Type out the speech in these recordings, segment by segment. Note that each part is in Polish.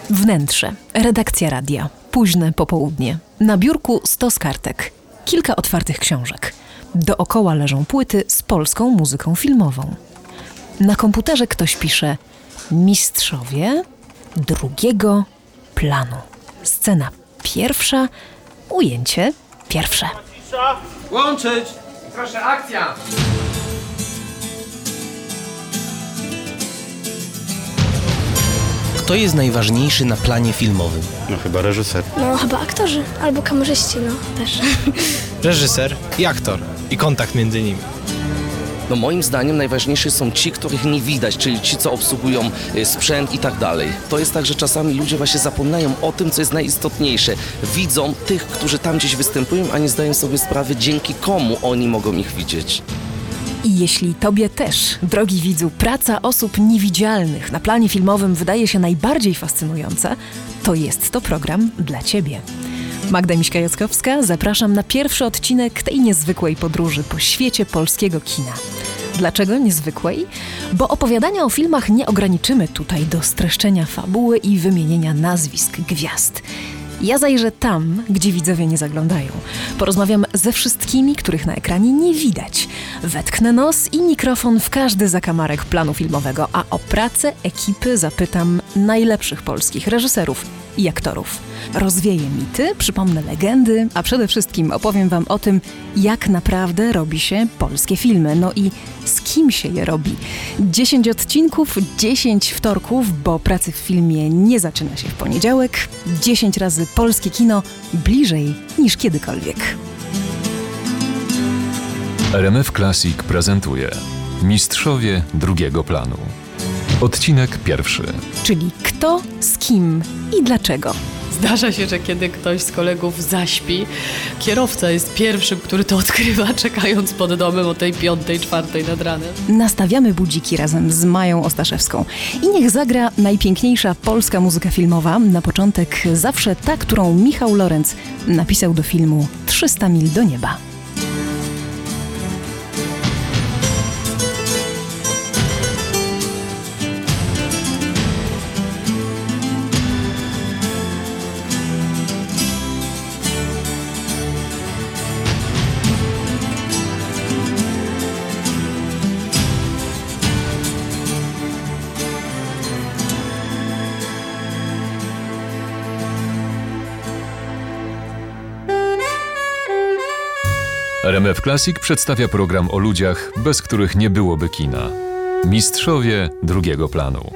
Wnętrze, redakcja radia, późne popołudnie. Na biurku 100 kartek, kilka otwartych książek. Dookoła leżą płyty z polską muzyką filmową. Na komputerze ktoś pisze Mistrzowie drugiego planu. Scena pierwsza, ujęcie pierwsze. Łączyć! Proszę, akcja! Kto jest najważniejszy na planie filmowym? No chyba reżyser. No chyba aktorzy, albo kamerzyści, no też. Reżyser i aktor. I kontakt między nimi. No moim zdaniem najważniejsi są ci, których nie widać, czyli ci, co obsługują sprzęt i tak dalej. To jest tak, że czasami ludzie właśnie zapominają o tym, co jest najistotniejsze. Widzą tych, którzy tam gdzieś występują, a nie zdają sobie sprawy, dzięki komu oni mogą ich widzieć. I jeśli tobie też, drogi widzu, praca osób niewidzialnych na planie filmowym wydaje się najbardziej fascynująca, to jest to program dla ciebie. Magda Miśka-Jackowska, zapraszam na pierwszy odcinek tej niezwykłej podróży po świecie polskiego kina. Dlaczego niezwykłej? Bo opowiadania o filmach nie ograniczymy tutaj do streszczenia fabuły i wymienienia nazwisk gwiazd. Ja zajrzę tam, gdzie widzowie nie zaglądają. Porozmawiam ze wszystkimi, których na ekranie nie widać. Wetknę nos i mikrofon w każdy zakamarek planu filmowego, a o pracę ekipy zapytam najlepszych polskich reżyserów i aktorów. Rozwieję mity, przypomnę legendy, a przede wszystkim opowiem wam o tym, jak naprawdę robi się polskie filmy. No i z kim się je robi. 10 odcinków, 10 wtorków, bo pracy w filmie nie zaczyna się w poniedziałek. 10 razy polskie kino bliżej niż kiedykolwiek. RMF Classic prezentuje Mistrzowie drugiego planu. Odcinek pierwszy. Czyli kto, z kim i dlaczego. Zdarza się, że kiedy ktoś z kolegów zaśpi, kierowca jest pierwszym, który to odkrywa, czekając pod domem o tej 5, 4 nad ranem. Nastawiamy budziki razem z Mają Ostaszewską. I niech zagra najpiękniejsza polska muzyka filmowa. Na początek zawsze ta, którą Michał Lorenz napisał do filmu 300 mil do nieba. RMF Classic przedstawia program o ludziach, bez których nie byłoby kina. Mistrzowie drugiego planu.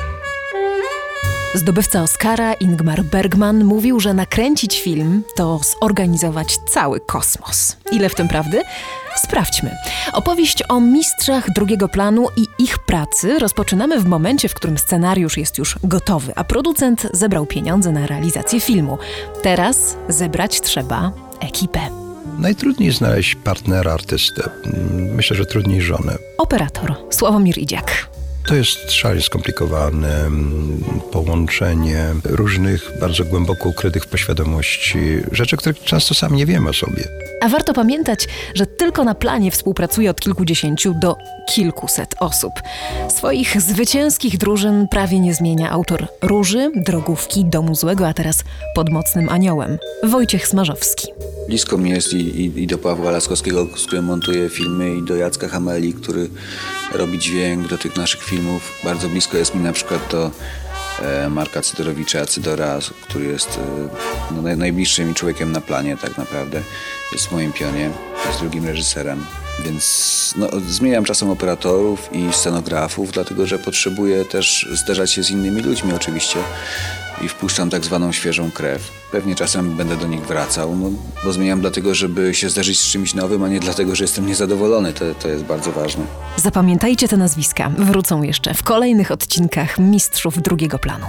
Zdobywca Oscara Ingmar Bergman mówił, że nakręcić film to zorganizować cały kosmos. Ile w tym prawdy? Sprawdźmy. Opowieść o mistrzach drugiego planu i ich pracy rozpoczynamy w momencie, w którym scenariusz jest już gotowy, a producent zebrał pieniądze na realizację filmu. Teraz zebrać trzeba ekipę. Najtrudniej znaleźć partnera, artystę. Myślę, że trudniej żonę. Operator Sławomir Idziak. To jest szalenie skomplikowane połączenie różnych, bardzo głęboko ukrytych w podświadomości rzeczy, których często sam nie wiemy o sobie. A warto pamiętać, że tylko na planie współpracuje od kilkudziesięciu do kilkuset osób. Swoich zwycięskich drużyn prawie nie zmienia autor Róży, Drogówki, Domu Złego, a teraz Pod mocnym aniołem, Wojciech Smarzowski. Blisko mi jest i do Pawła Laskowskiego, z którym montuję filmy, i do Jacka Hameli, który robi dźwięk do tych naszych filmów. Bardzo blisko jest mi na przykład do Marka Cydorowicza, Cydora, który jest najbliższym człowiekiem na planie tak naprawdę. Jest w moim pionie, jest drugim reżyserem. Więc zmieniam czasem operatorów i scenografów, dlatego że potrzebuję też zderzać się z innymi ludźmi oczywiście i wpuszczam tak zwaną świeżą krew. Pewnie czasem będę do nich wracał, bo zmieniam dlatego, żeby się zderzyć z czymś nowym, a nie dlatego, że jestem niezadowolony. To jest bardzo ważne. Zapamiętajcie te nazwiska. Wrócą jeszcze w kolejnych odcinkach Mistrzów drugiego planu.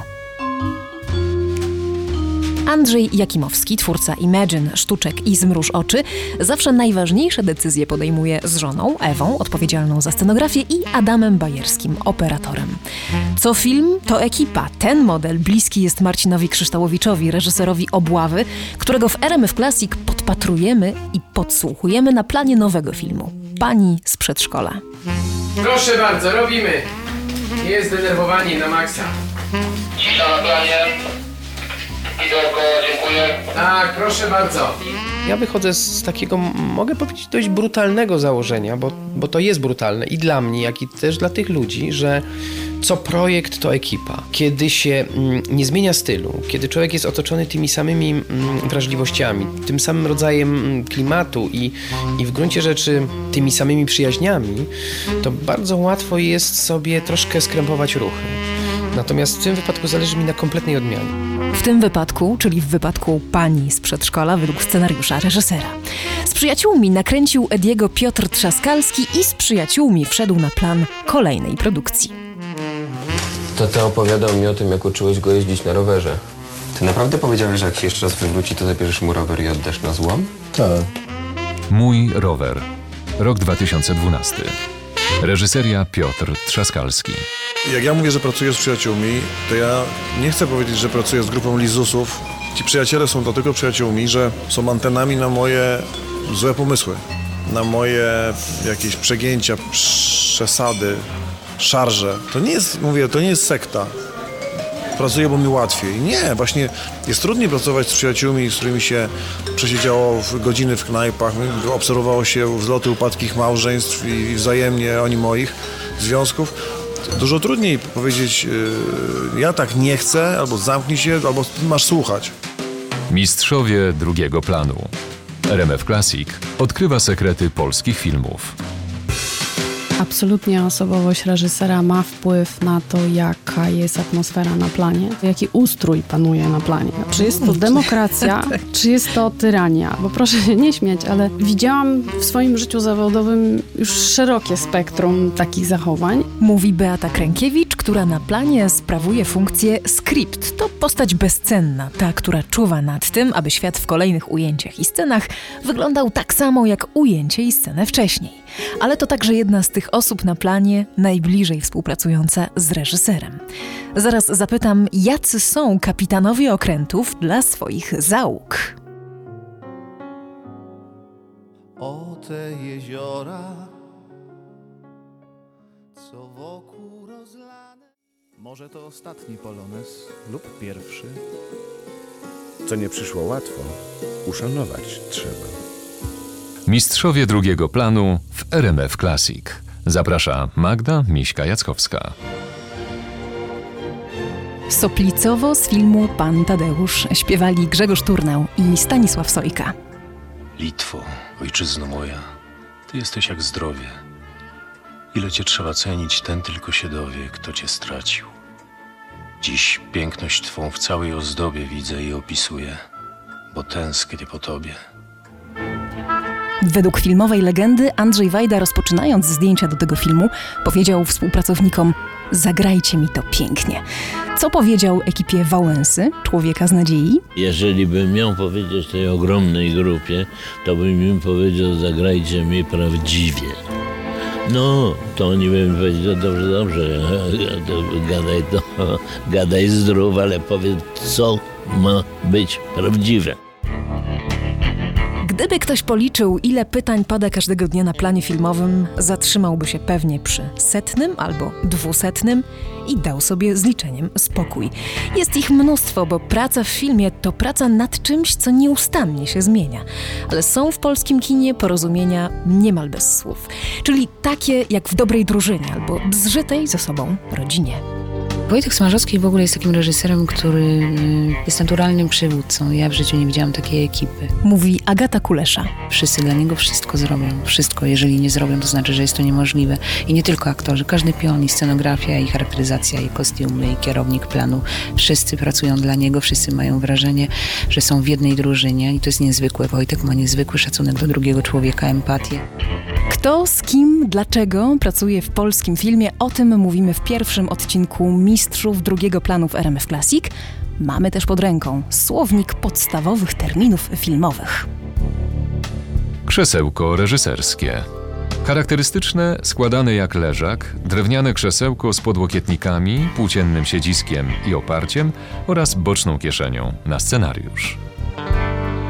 Andrzej Jakimowski, twórca Imagine, Sztuczek i Zmruż oczy, zawsze najważniejsze decyzje podejmuje z żoną Ewą, odpowiedzialną za scenografię, i Adamem Bajerskim, operatorem. Co film, to ekipa. Ten model bliski jest Marcinowi Kryształowiczowi, reżyserowi Obławy, którego w RMF Classic podpatrujemy i podsłuchujemy na planie nowego filmu Pani z przedszkola. Proszę bardzo, robimy. Jest zdenerwowanie na maksa. Cisza na planie. I dookoła, dziękuję. Tak, proszę bardzo. Ja wychodzę z takiego, mogę powiedzieć, dość brutalnego założenia, bo to jest brutalne i dla mnie, jak i też dla tych ludzi, że co projekt to ekipa. Kiedy się nie zmienia stylu, kiedy człowiek jest otoczony tymi samymi wrażliwościami, tym samym rodzajem klimatu i w gruncie rzeczy tymi samymi przyjaźniami, to bardzo łatwo jest sobie troszkę skrępować ruchy. Natomiast w tym wypadku zależy mi na kompletnej odmianie. W tym wypadku, czyli w wypadku pani z przedszkola, według scenariusza reżysera. Z przyjaciółmi nakręcił Ediego Piotr Trzaskalski i z przyjaciółmi wszedł na plan kolejnej produkcji. Tata opowiadał mi o tym, jak uczyłeś go jeździć na rowerze. Ty naprawdę powiedziałeś, że jak się jeszcze raz wywróci, to zabierzesz mu rower i oddasz na złom? Tak. Mój rower. Rok 2012. Reżyseria Piotr Trzaskalski. Jak ja mówię, że pracuję z przyjaciółmi, to ja nie chcę powiedzieć, że pracuję z grupą lizusów. Ci przyjaciele są dlatego przyjaciółmi, że są antenami na moje złe pomysły, na moje jakieś przegięcia, przesady, szarże. To nie jest, mówię, to nie jest sekta. Pracuję, bo mi łatwiej. Nie, właśnie jest trudniej pracować z przyjaciółmi, z którymi się przesiedziało godziny w knajpach, obserwowało się wzloty, upadki ich małżeństw i wzajemnie oni moich związków. Dużo trudniej powiedzieć, ja tak nie chcę, albo zamknij się, albo masz słuchać. Mistrzowie drugiego planu. RMF Classic odkrywa sekrety polskich filmów. Absolutnie osobowość reżysera ma wpływ na to, jaka jest atmosfera na planie, jaki ustrój panuje na planie. Czy jest to demokracja, czy jest to tyrania? Bo proszę się nie śmiać, ale widziałam w swoim życiu zawodowym już szerokie spektrum takich zachowań. Mówi Beata Krękiewicz, która na planie sprawuje funkcję skrypt. To postać bezcenna, ta, która czuwa nad tym, aby świat w kolejnych ujęciach i scenach wyglądał tak samo jak ujęcie i scenę wcześniej. Ale to także jedna z tych osób na planie najbliżej współpracująca z reżyserem. Zaraz zapytam, jacy są kapitanowie okrętów dla swoich załóg. O te jeziora, co wokół rozlane. Może to ostatni polones lub pierwszy. Co nie przyszło łatwo, uszanować trzeba. Mistrzowie drugiego planu w RMF Classic. Zaprasza Magda Miśka-Jackowska. Soplicowo z filmu Pan Tadeusz śpiewali Grzegorz Turnał i Stanisław Sojka. Litwo, ojczyzno moja, ty jesteś jak zdrowie. Ile cię trzeba cenić, ten tylko się dowie, kto cię stracił. Dziś piękność twą w całej ozdobie widzę i opisuję, bo tęsknię po tobie. Według filmowej legendy Andrzej Wajda, rozpoczynając zdjęcia do tego filmu, powiedział współpracownikom: zagrajcie mi to pięknie. Co powiedział ekipie Wałęsy, Człowieka z nadziei? Jeżeli bym miał powiedzieć tej ogromnej grupie, to bym im powiedział: zagrajcie mi prawdziwie. No, to oni by mi powiedzieli: dobrze, gadaj zdrów, ale powiedz, co ma być prawdziwe. Gdyby ktoś policzył, ile pytań pada każdego dnia na planie filmowym, zatrzymałby się pewnie przy 100 albo 200 i dał sobie z liczeniem spokój. Jest ich mnóstwo, bo praca w filmie to praca nad czymś, co nieustannie się zmienia. Ale są w polskim kinie porozumienia niemal bez słów. Czyli takie jak w dobrej drużynie albo zżytej ze sobą rodzinie. Wojtek Smarzowski w ogóle jest takim reżyserem, który jest naturalnym przywódcą. Ja w życiu nie widziałam takiej ekipy. Mówi Agata Kulesza. Wszyscy dla niego wszystko zrobią. Wszystko. Jeżeli nie zrobią, to znaczy, że jest to niemożliwe. I nie tylko aktorzy. Każdy pion, i scenografia, i charakteryzacja, i kostiumy, i kierownik planu. Wszyscy pracują dla niego. Wszyscy mają wrażenie, że są w jednej drużynie. I to jest niezwykłe. Wojtek ma niezwykły szacunek do drugiego człowieka, empatię. Kto, z kim, dlaczego pracuje w polskim filmie? O tym mówimy w pierwszym odcinku Mistrzów drugiego planu w RMF Classic. Mamy też pod ręką słownik podstawowych terminów filmowych. Krzesełko reżyserskie. Charakterystyczne, składane jak leżak, drewniane krzesełko z podłokietnikami, płóciennym siedziskiem i oparciem oraz boczną kieszenią na scenariusz.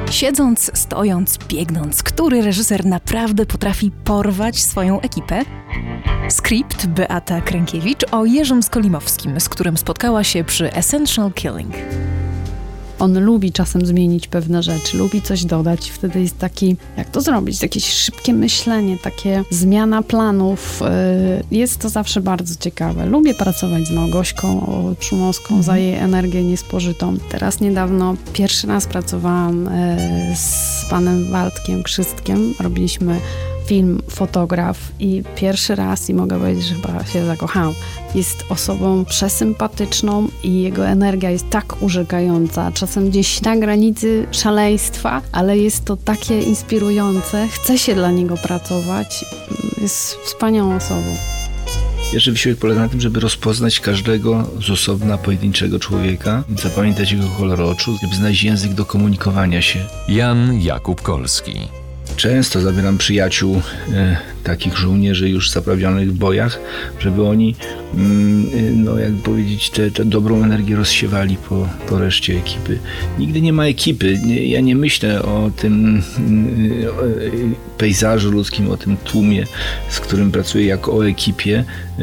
Siedząc, stojąc, biegnąc, który reżyser naprawdę potrafi porwać swoją ekipę? Skrypt Beata Krękiewicz o Jerzym Skolimowskim, z którym spotkała się przy Essential Killing. On lubi czasem zmienić pewne rzeczy, lubi coś dodać. Wtedy jest taki, jak to zrobić? Jakieś szybkie myślenie, takie zmiana planów. Jest to zawsze bardzo ciekawe. Lubię pracować z Małgośką Szumowską za jej energię niespożytą. Teraz niedawno pierwszy raz pracowałam z panem Waldkiem Krzystkiem. Robiliśmy film Fotograf i pierwszy raz, i mogę powiedzieć, że chyba się zakochałam. Jest osobą przesympatyczną i jego energia jest tak urzekająca, czasem gdzieś na granicy szaleństwa, ale jest to takie inspirujące. Chce się dla niego pracować. Jest wspaniałą osobą. Pierwszy wysiłek polega na tym, żeby rozpoznać każdego z osobna pojedynczego człowieka, zapamiętać jego kolor oczu, żeby znaleźć język do komunikowania się. Jan Jakub Kolski. Często zabieram przyjaciół takich żołnierzy już zaprawionych w bojach, żeby oni, jak powiedzieć, tę dobrą energię rozsiewali po reszcie ekipy. Nigdy nie ma ekipy. Ja nie myślę o tym pejzażu ludzkim, o tym tłumie, z którym pracuję, jak o ekipie.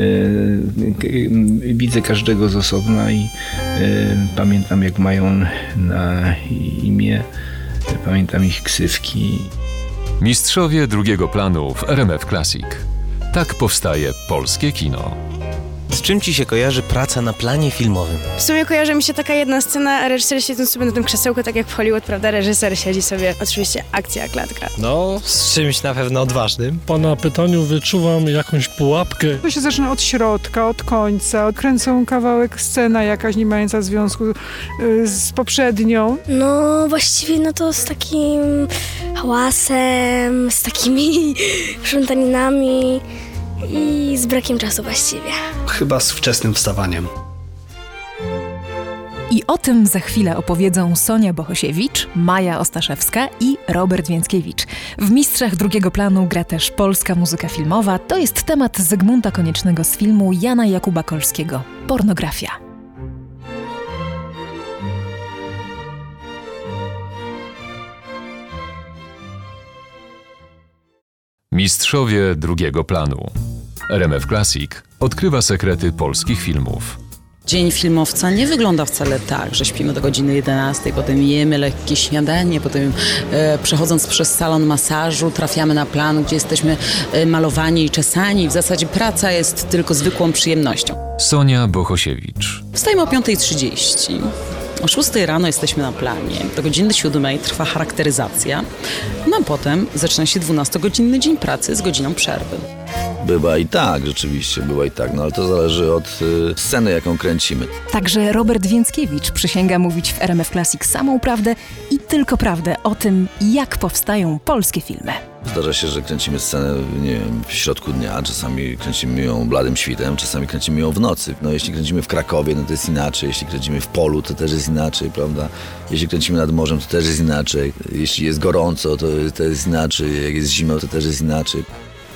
Widzę każdego z osobna i pamiętam, jak mają na imię, pamiętam ich ksywki. Mistrzowie drugiego planu w RMF Classic. Tak powstaje polskie kino. Z czym ci się kojarzy praca na planie filmowym? W sumie kojarzy mi się taka jedna scena, reżyser siedzi sobie na tym krzesełku, tak jak w Hollywood, prawda? Reżyser siedzi sobie, oczywiście akcja, klatka. No, z czymś na pewno odważnym. Po napytaniu wyczuwam jakąś pułapkę. To się zaczyna od środka, od końca. Kręcą kawałek, scena jakaś nie mająca związku z poprzednią. No właściwie no to z takim hałasem, z takimi krzątaninami i z brakiem czasu właściwie. Chyba z wczesnym wstawaniem. I o tym za chwilę opowiedzą Sonia Bohosiewicz, Maja Ostaszewska i Robert Więckiewicz. W Mistrzach drugiego planu gra też polska muzyka filmowa. To jest temat Zygmunta Koniecznego z filmu Jana Jakuba Kolskiego. Pornografia. Mistrzowie drugiego planu. RMF Classic odkrywa sekrety polskich filmów. Dzień filmowca nie wygląda wcale tak, że śpimy do godziny 11, potem jemy lekkie śniadanie, potem przechodząc przez salon masażu trafiamy na plan, gdzie jesteśmy malowani i czesani. W zasadzie praca jest tylko zwykłą przyjemnością. Sonia Bohosiewicz. Wstajemy o 5:30. O 6 rano jesteśmy na planie. Do godziny 7 trwa charakteryzacja. No a potem zaczyna się 12-godzinny dzień pracy z godziną przerwy. Bywa i tak, rzeczywiście, bywa i tak, no ale to zależy od sceny, jaką kręcimy. Także Robert Więckiewicz przysięga mówić w RMF Classic samą prawdę i tylko prawdę o tym, jak powstają polskie filmy. Zdarza się, że kręcimy scenę, nie wiem, w środku dnia, czasami kręcimy ją bladym świtem, czasami kręcimy ją w nocy. No jeśli kręcimy w Krakowie, no to jest inaczej, jeśli kręcimy w polu, to też jest inaczej, prawda? Jeśli kręcimy nad morzem, to też jest inaczej. Jeśli jest gorąco, to jest inaczej, jak jest zimno, to też jest inaczej.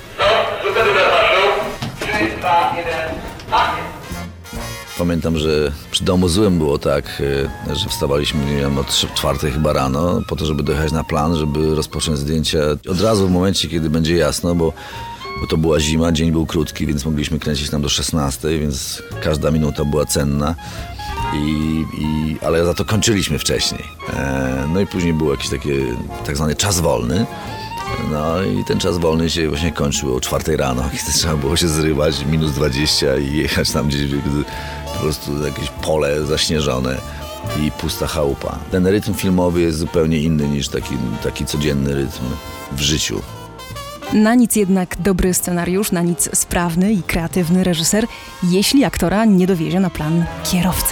Pamiętam, że przy Domu Złym było tak, że wstawaliśmy, nie wiem, od 4 chyba rano, po to, żeby dojechać na plan, żeby rozpocząć zdjęcia od razu w momencie, kiedy będzie jasno, bo to była zima, dzień był krótki, więc mogliśmy kręcić tam do 16, więc każda minuta była cenna. Ale za to kończyliśmy wcześniej. No i później był jakiś taki tak zwany czas wolny. No i ten czas wolny się właśnie kończył o 4 rano, kiedy trzeba było się zrywać, -20 i jechać tam gdzieś po prostu jakieś pole zaśnieżone i pusta chałupa. Ten rytm filmowy jest zupełnie inny niż taki codzienny rytm w życiu. Na nic jednak dobry scenariusz, na nic sprawny i kreatywny reżyser, jeśli aktora nie dowiezie na plan kierowca.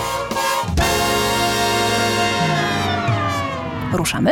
Ruszamy?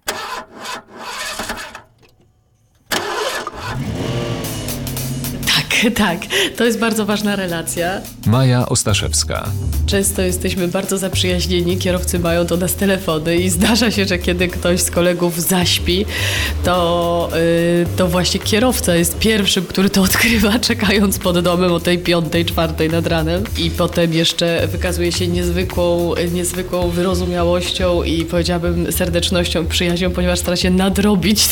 Tak, Tak, to jest bardzo ważna relacja. Maja Ostaszewska. Często jesteśmy bardzo zaprzyjaźnieni, kierowcy mają do nas telefony i zdarza się, że kiedy ktoś z kolegów zaśpi, to właśnie kierowca jest pierwszym, który to odkrywa, czekając pod domem o tej 5, 4 nad ranem i potem jeszcze wykazuje się niezwykłą wyrozumiałością i powiedziałabym serdecznością, przyjaźnią, ponieważ stara się nadrobić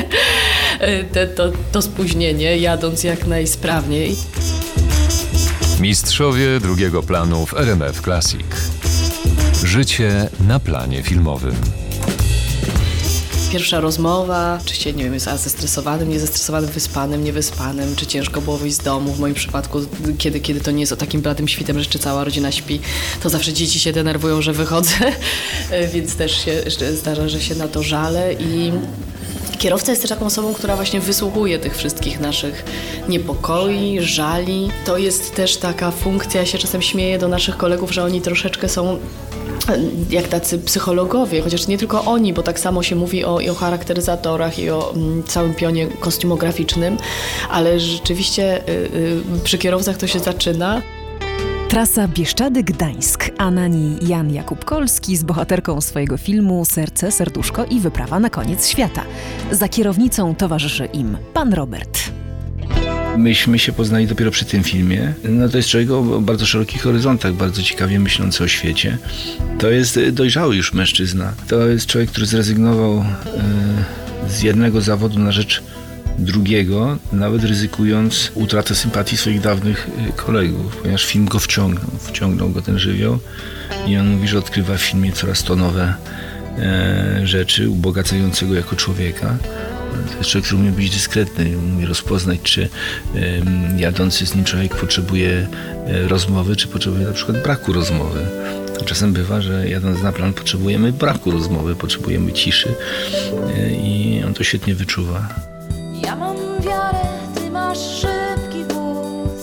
to spóźnienie, jadąc jak najsprawniej. Mistrzowie drugiego planu w RMF Classic. Życie na planie filmowym. Pierwsza rozmowa, czy się, nie wiem, jest zestresowanym, niezestresowanym, wyspanym, niewyspanym, czy ciężko było wyjść z domu. W moim przypadku, kiedy to nie jest o takim bladym świtem, że jeszcze cała rodzina śpi, to zawsze dzieci się denerwują, że wychodzę, więc też się zdarza, że się na to żalę i kierowca jest też taką osobą, która właśnie wysłuchuje tych wszystkich naszych niepokoi, żali. To jest też taka funkcja, ja się czasem śmieję do naszych kolegów, że oni troszeczkę są jak tacy psychologowie, chociaż nie tylko oni, bo tak samo się mówi o charakteryzatorach i o całym pionie kostiumograficznym, ale rzeczywiście przy kierowcach to się zaczyna. Trasa Bieszczady-Gdańsk, a na niej Jan Jakub Kolski z bohaterką swojego filmu Serce, serduszko i wyprawa na koniec świata. Za kierownicą towarzyszy im pan Robert. Myśmy się poznali dopiero przy tym filmie. No to jest człowiek o bardzo szerokich horyzontach, bardzo ciekawie myślący o świecie. To jest dojrzały już mężczyzna. To jest człowiek, który zrezygnował z jednego zawodu na rzecz drugiego, nawet ryzykując utratę sympatii swoich dawnych kolegów, ponieważ film go wciągnął go ten żywioł i on mówi, że odkrywa w filmie coraz to nowe rzeczy, ubogacającego jako człowieka. To jest człowiek, który umie być dyskretny, umie rozpoznać, czy jadący z nim człowiek potrzebuje rozmowy, czy potrzebuje na przykład braku rozmowy. A czasem bywa, że jadąc na plan potrzebujemy braku rozmowy, potrzebujemy ciszy i on to świetnie wyczuwa. Ja mam wiarę, ty masz szybki wóz.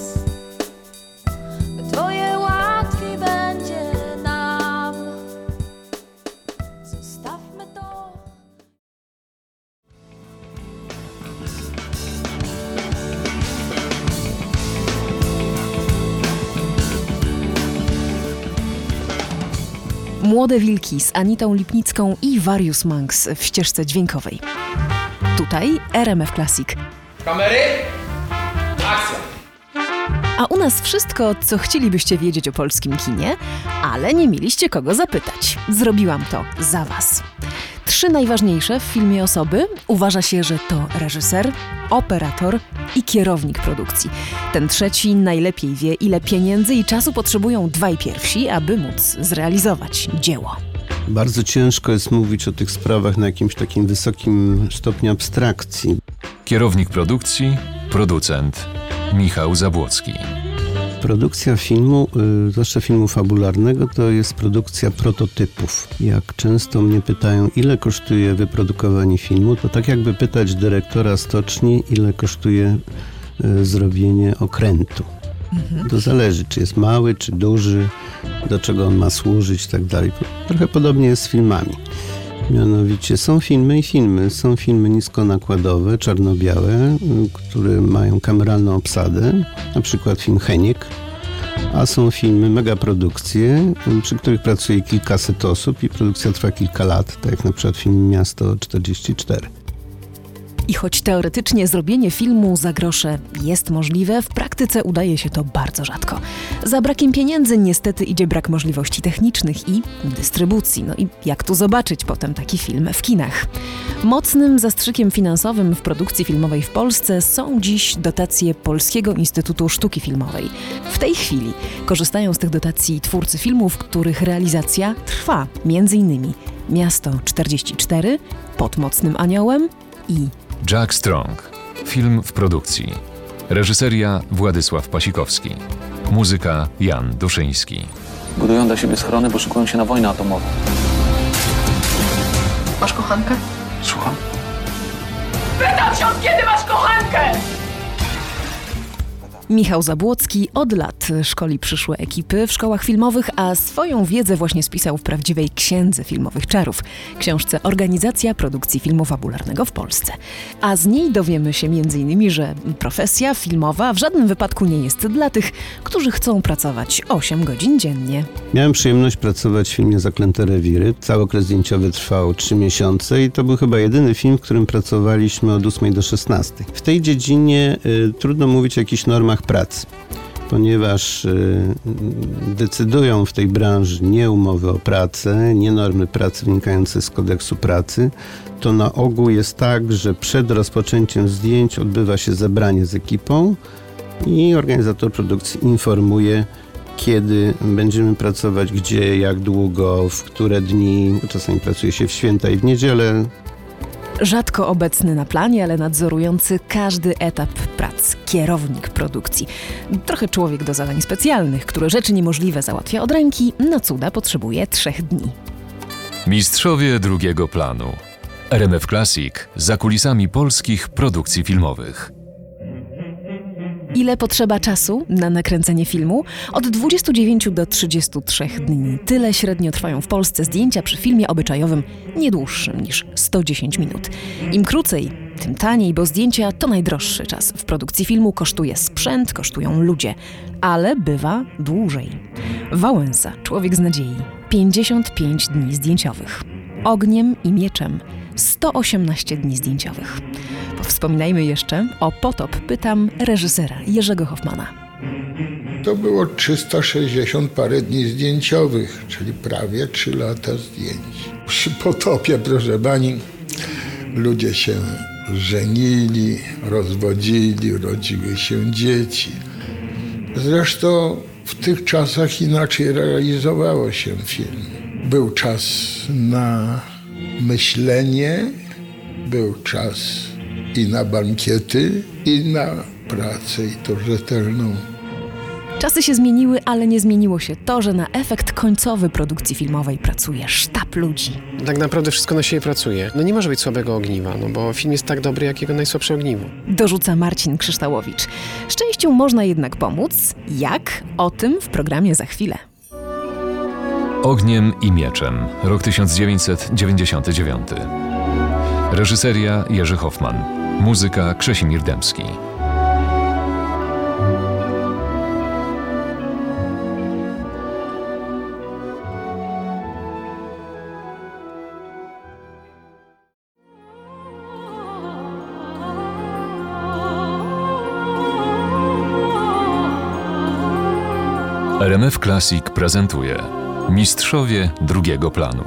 Twoje łatwiej będzie nam. Zostawmy to. Młode wilki z Anitą Lipnicką i Warius Manx w ścieżce dźwiękowej. Tutaj RMF Classic. Kamery? Akcja! A u nas wszystko, co chcielibyście wiedzieć o polskim kinie, ale nie mieliście kogo zapytać. Zrobiłam to za was. 3 najważniejsze w filmie osoby uważa się, że to reżyser, operator i kierownik produkcji. Ten trzeci najlepiej wie, ile pieniędzy i czasu potrzebują dwaj pierwsi, aby móc zrealizować dzieło. Bardzo ciężko jest mówić o tych sprawach na jakimś takim wysokim stopniu abstrakcji. Kierownik produkcji, producent Michał Zabłocki. Produkcja filmu, zwłaszcza filmu fabularnego, to jest produkcja prototypów. Jak często mnie pytają, ile kosztuje wyprodukowanie filmu, to tak jakby pytać dyrektora stoczni, ile kosztuje zrobienie okrętu. To zależy, czy jest mały, czy duży, do czego on ma służyć i tak dalej. Trochę podobnie jest z filmami. Mianowicie są filmy i filmy. Są filmy niskonakładowe, czarno-białe, które mają kameralną obsadę, na przykład film Heniek, a są filmy, megaprodukcje, przy których pracuje kilkaset osób i produkcja trwa kilka lat, tak jak na przykład film Miasto 44. I choć teoretycznie zrobienie filmu za grosze jest możliwe, w praktyce udaje się to bardzo rzadko. Za brakiem pieniędzy niestety idzie brak możliwości technicznych i dystrybucji. No i jak tu zobaczyć potem taki film w kinach? Mocnym zastrzykiem finansowym w produkcji filmowej w Polsce są dziś dotacje Polskiego Instytutu Sztuki Filmowej. W tej chwili korzystają z tych dotacji twórcy filmów, których realizacja trwa, m.in. Miasto 44, Pod mocnym aniołem i Jack Strong. Film w produkcji. Reżyseria Władysław Pasikowski. Muzyka Jan Duszyński. Budują dla siebie schrony, bo szykują się na wojnę atomową. Masz kochankę? Słucham? Pytam się, od kiedy masz kochankę! Michał Zabłocki od lat szkoli przyszłe ekipy w szkołach filmowych, a swoją wiedzę właśnie spisał w prawdziwej księdze filmowych czarów, książce Organizacja produkcji filmu fabularnego w Polsce. A z niej dowiemy się m.in., że profesja filmowa w żadnym wypadku nie jest dla tych, którzy chcą pracować 8 godzin dziennie. Miałem przyjemność pracować w filmie Zaklęte rewiry. Cały okres zdjęciowy trwał 3 miesiące i to był chyba jedyny film, w którym pracowaliśmy od 8 do 16. W tej dziedzinie trudno mówić o jakichś normach pracy, ponieważ decydują w tej branży nie umowy o pracę, nie normy pracy wynikające z kodeksu pracy. To na ogół jest tak, że przed rozpoczęciem zdjęć odbywa się zebranie z ekipą i organizator produkcji informuje, kiedy będziemy pracować, gdzie, jak długo, w które dni. Czasami pracuje się w święta i w niedzielę. Rzadko obecny na planie, ale nadzorujący każdy etap prac. Kierownik produkcji. Trochę człowiek do zadań specjalnych, które rzeczy niemożliwe załatwia od ręki, na cuda potrzebuje 3 dni. Mistrzowie drugiego planu. RMF Classic za kulisami polskich produkcji filmowych. Ile potrzeba czasu na nakręcenie filmu? Od 29 do 33 dni. Tyle średnio trwają w Polsce zdjęcia przy filmie obyczajowym nie dłuższym niż 110 minut. Im krócej, tym taniej, bo zdjęcia to najdroższy czas. W produkcji filmu kosztuje sprzęt, kosztują ludzie, ale bywa dłużej. Wałęsa, człowiek z nadziei. 55 dni zdjęciowych. Ogniem i mieczem. 118 dni zdjęciowych. Wspominajmy jeszcze o Potop. Pytam reżysera Jerzego Hoffmana. To było 360 parę dni zdjęciowych, czyli prawie 3 lata zdjęć. Przy Potopie, proszę pani, ludzie się żenili, rozwodzili, rodziły się dzieci. Zresztą w tych czasach inaczej realizowało się film. Był czas na myślenie, był czas i na bankiety, i na pracę, i to rzetelną. Czasy się zmieniły, ale nie zmieniło się to, że na efekt końcowy produkcji filmowej pracuje sztab ludzi. Tak naprawdę wszystko na siebie pracuje. No nie może być słabego ogniwa, no bo film jest tak dobry, jak jego najsłabsze ogniwo. Dorzuca Marcin Krzyształowicz. Szczęściu można jednak pomóc. Jak? O tym w programie za chwilę. Ogniem i mieczem. Rok 1999. Reżyseria Jerzy Hoffman. Muzyka Krzesimir Dębski. RMF Classic prezentuje Mistrzowie drugiego planu.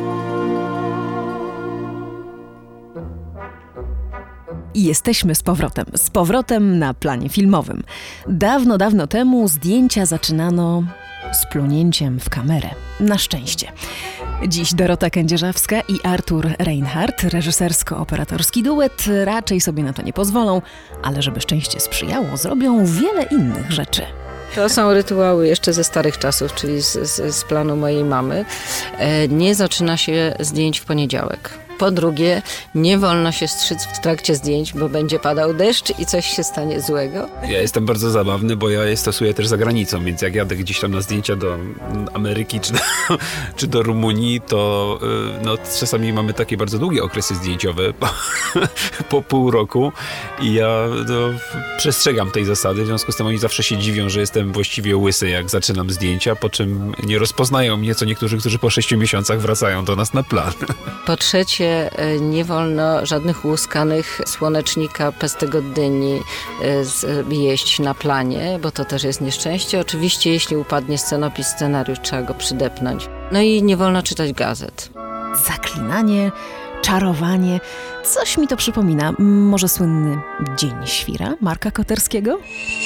I jesteśmy z powrotem na planie filmowym. Dawno, dawno temu zdjęcia zaczynano z plunięciem w kamerę. Na szczęście. Dziś Dorota Kędzierzawska i Artur Reinhardt, reżysersko-operatorski duet, raczej sobie na to nie pozwolą, ale żeby szczęście sprzyjało, zrobią wiele innych rzeczy. To są rytuały jeszcze ze starych czasów, czyli z planu mojej mamy. Nie zaczyna się zdjęć w poniedziałek. Po drugie, nie wolno się strzyc w trakcie zdjęć, bo będzie padał deszcz i coś się stanie złego. Ja jestem bardzo zabawny, bo ja je stosuję też za granicą, więc jak jadę gdzieś tam na zdjęcia do Ameryki czy do Rumunii, to no, czasami mamy takie bardzo długie okresy zdjęciowe po pół roku i ja przestrzegam tej zasady, w związku z tym oni zawsze się dziwią, że jestem właściwie łysy, jak zaczynam zdjęcia, po czym nie rozpoznają mnie, co niektórzy, którzy po 6 miesiącach wracają do nas na plan. Po trzecie, nie wolno żadnych łuskanych słonecznika, pestego dyni jeść na planie, bo to też jest nieszczęście. Oczywiście, jeśli upadnie scenopis, scenariusz, trzeba go przydepnąć. No i nie wolno czytać gazet. Zaklinanie, czarowanie. Coś mi to przypomina. Może słynny Dzień Świra Marka Koterskiego?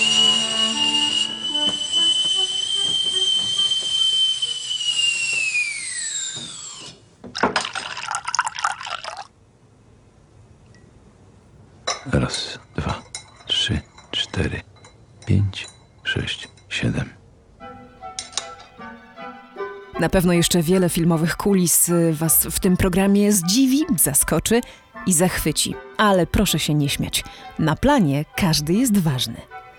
Raz, 2, 3, 4, 5, 6, 7. Na pewno jeszcze wiele filmowych kulis Was w tym programie zdziwi, zaskoczy i zachwyci. Ale proszę się nie śmiać. Na planie każdy jest ważny.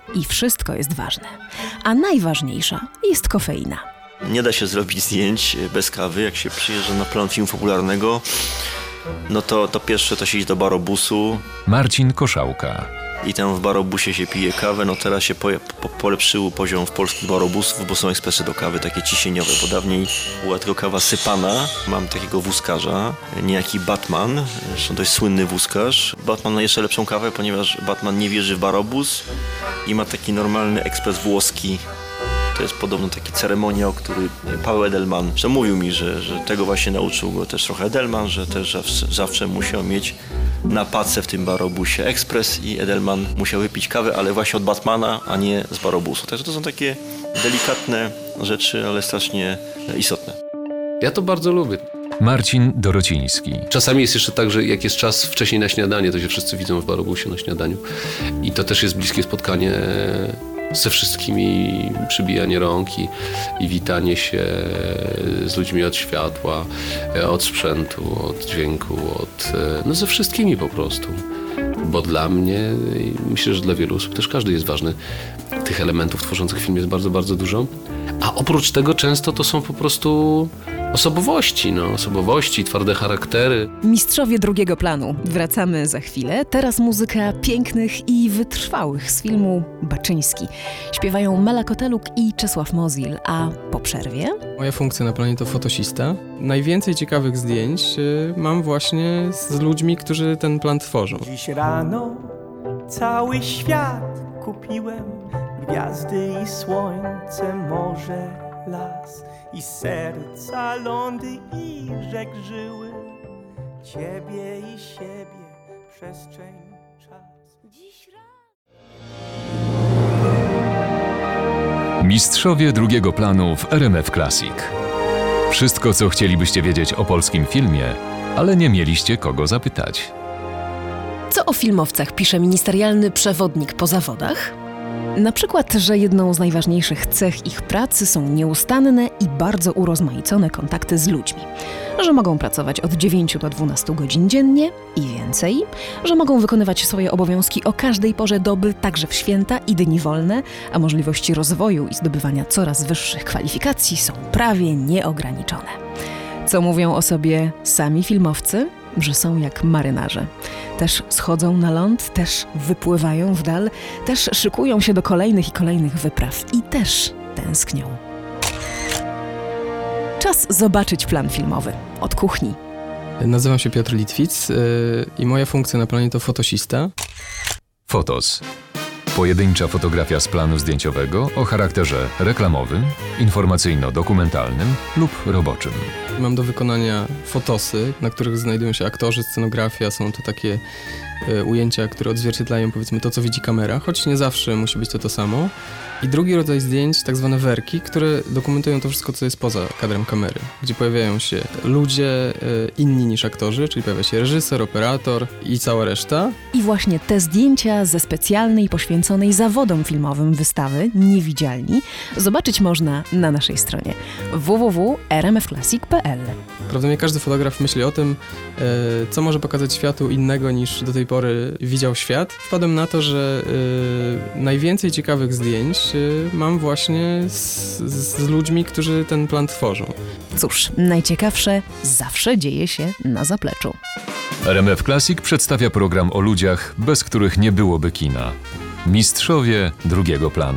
I wszystko jest ważne. A najważniejsza jest kofeina. Nie da się zrobić zdjęć bez kawy. Jak się przyjeżdża na plan filmu fabularnego, no to pierwsze to się iść do barobusu. Marcin Koszałka. I tam w barobusie się pije kawę. No teraz się polepszył poziom w polskich barobusów, bo są ekspresy do kawy takie ciśnieniowe, bo dawniej była tylko kawa sypana. Mam takiego wózkarza, niejaki Batman, zresztą dość słynny wózkarz. Batman ma jeszcze lepszą kawę, ponieważ Batman nie wierzy w barobus i ma taki normalny ekspres włoski. To jest podobno taki ceremoniał, który Paweł Edelman mówił mi, że tego właśnie nauczył go też trochę Edelman, że też zawsze musiał mieć na pace w tym barobusie ekspres i Edelman musiał wypić kawę, ale właśnie od Batmana, a nie z barobusu. Także to są takie delikatne rzeczy, ale strasznie istotne. Ja to bardzo lubię. Marcin Dorociński. Czasami jest jeszcze tak, że jak jest czas wcześniej na śniadanie, to się wszyscy widzą w barobusie na śniadaniu. I to też jest bliskie spotkanie ze wszystkimi, przybijanie rąk i witanie się z ludźmi od światła, od sprzętu, od dźwięku, ze wszystkimi po prostu. Bo dla mnie, i myślę, że dla wielu osób też każdy jest ważny. Tych elementów tworzących film jest bardzo, bardzo dużo. A oprócz tego często to są po prostu osobowości, twarde charaktery. Mistrzowie drugiego planu. Wracamy za chwilę. Teraz muzyka pięknych i wytrwałych z filmu Baczyński. Śpiewają Mela Koteluk i Czesław Mozil, a po przerwie... Moja funkcja na planie to fotosista. Najwięcej ciekawych zdjęć mam właśnie z ludźmi, którzy ten plan tworzą. Dziś rano cały świat kupiłem. Gwiazdy i słońce, morze, las i serca, lądy i rzek żyły. Ciebie i siebie, przestrzeń, czas. Dziś Mistrzowie drugiego planu w RMF Classic. Wszystko, co chcielibyście wiedzieć o polskim filmie, ale nie mieliście kogo zapytać. Co o filmowcach pisze ministerialny przewodnik po zawodach? Na przykład, że jedną z najważniejszych cech ich pracy są nieustanne i bardzo urozmaicone kontakty z ludźmi. Że mogą pracować od 9 do 12 godzin dziennie i więcej, że mogą wykonywać swoje obowiązki o każdej porze doby, także w święta i dni wolne, a możliwości rozwoju i zdobywania coraz wyższych kwalifikacji są prawie nieograniczone. Co mówią o sobie sami filmowcy? Że są jak marynarze. Też schodzą na ląd, też wypływają w dal, też szykują się do kolejnych i kolejnych wypraw i też tęsknią. Czas zobaczyć plan filmowy od kuchni. Nazywam się Piotr Litwic i moja funkcja na planie to fotosista. Fotos. Pojedyncza fotografia z planu zdjęciowego o charakterze reklamowym, informacyjno-dokumentalnym lub roboczym. Mam do wykonania fotosy, na których znajdują się aktorzy, scenografia. Są to takie ujęcia, które odzwierciedlają, powiedzmy, to, co widzi kamera, choć nie zawsze musi być to samo. I drugi rodzaj zdjęć, tak zwane werki, które dokumentują to wszystko, co jest poza kadrem kamery, gdzie pojawiają się ludzie inni niż aktorzy, czyli pojawia się reżyser, operator i cała reszta. I właśnie te zdjęcia ze specjalnej, poświęconej zawodom filmowym wystawy Niewidzialni zobaczyć można na naszej stronie www.rmfclassic.pl. Prawdopodobnie każdy fotograf myśli o tym, co może pokazać światu innego niż do tej pory widział świat. Wpadłem na to, że najwięcej ciekawych zdjęć mam właśnie z ludźmi, którzy ten plan tworzą. Cóż, najciekawsze zawsze dzieje się na zapleczu. RMF Classic przedstawia program o ludziach, bez których nie byłoby kina. Mistrzowie drugiego planu.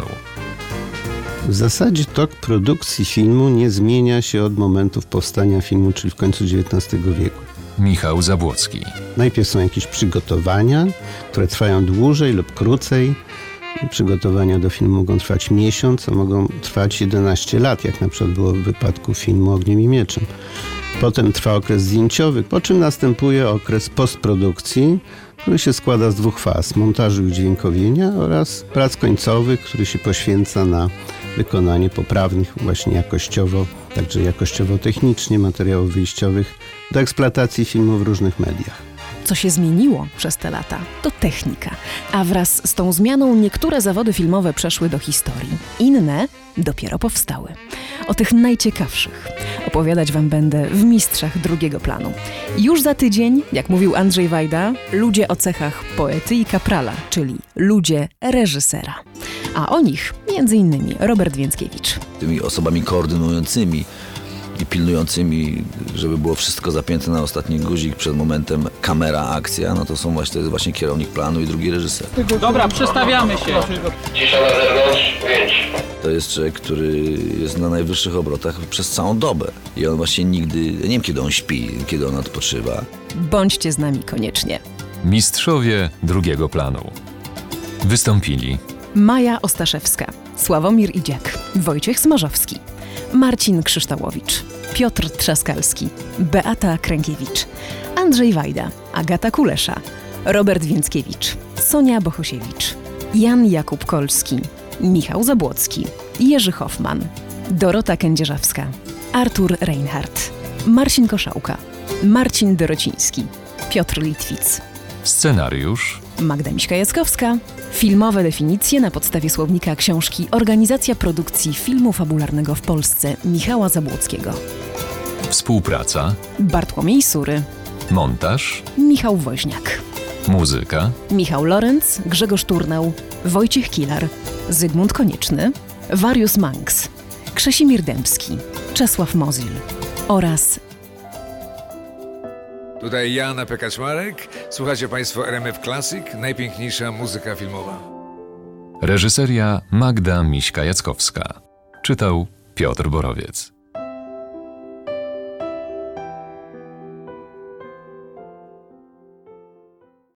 W zasadzie tok produkcji filmu nie zmienia się od momentów powstania filmu, czyli w końcu XIX wieku. Michał Zabłocki. Najpierw są jakieś przygotowania, które trwają dłużej lub krócej. Przygotowania do filmu mogą trwać miesiąc, a mogą trwać 11 lat, jak na przykład było w wypadku filmu Ogniem i Mieczem. Potem trwa okres zdjęciowy, po czym następuje okres postprodukcji, który się składa z 2 faz: montażu i udźwiękowienia oraz prac końcowych, który się poświęca na wykonanie poprawnych właśnie jakościowo, także jakościowo-technicznie materiałów wyjściowych do eksploatacji filmu w różnych mediach. Co się zmieniło przez te lata, to technika. A wraz z tą zmianą niektóre zawody filmowe przeszły do historii. Inne dopiero powstały. O tych najciekawszych opowiadać Wam będę w Mistrzach drugiego planu. Już za tydzień, jak mówił Andrzej Wajda, ludzie o cechach poety i kaprala, czyli ludzie reżysera. A o nich m.in. Robert Więckiewicz. Tymi osobami koordynującymi i pilnującymi, żeby było wszystko zapięte na ostatni guzik przed momentem kamera, akcja, no to jest właśnie kierownik planu i drugi reżyser. Dobra, przestawiamy się. Cisza na zewnątrz, 5. To jest człowiek, który jest na najwyższych obrotach przez całą dobę. I on właśnie nigdy, nie wiem kiedy on śpi, kiedy on odpoczywa. Bądźcie z nami koniecznie. Mistrzowie drugiego planu. Wystąpili Maja Ostaszewska, Sławomir Idziak, Wojciech Smarzowski, Marcin Krzyształowicz, Piotr Trzaskalski, Beata Krękiewicz, Andrzej Wajda, Agata Kulesza, Robert Więckiewicz, Sonia Bohosiewicz, Jan Jakub Kolski, Michał Zabłocki, Jerzy Hoffman, Dorota Kędzierzawska, Artur Reinhardt, Marcin Koszałka, Marcin Dorociński, Piotr Litwic. scenariusz Magda Miśka-Jackowska. Filmowe definicje na podstawie słownika książki Organizacja produkcji filmu fabularnego w Polsce Michała Zabłockiego. współpraca, Bartłomiej Sury, montaż, Michał Woźniak, muzyka, Michał Lorenz, Grzegorz Turnał, Wojciech Kilar, Zygmunt Konieczny, Warius Manx, Krzesimir Dębski, Czesław Mozil oraz Tutaj Jan Kaczmarek. Słuchacie Państwo RMF Classic, najpiękniejsza muzyka filmowa. reżyseria Magda Miśka-Jackowska. Czytał Piotr Borowiec.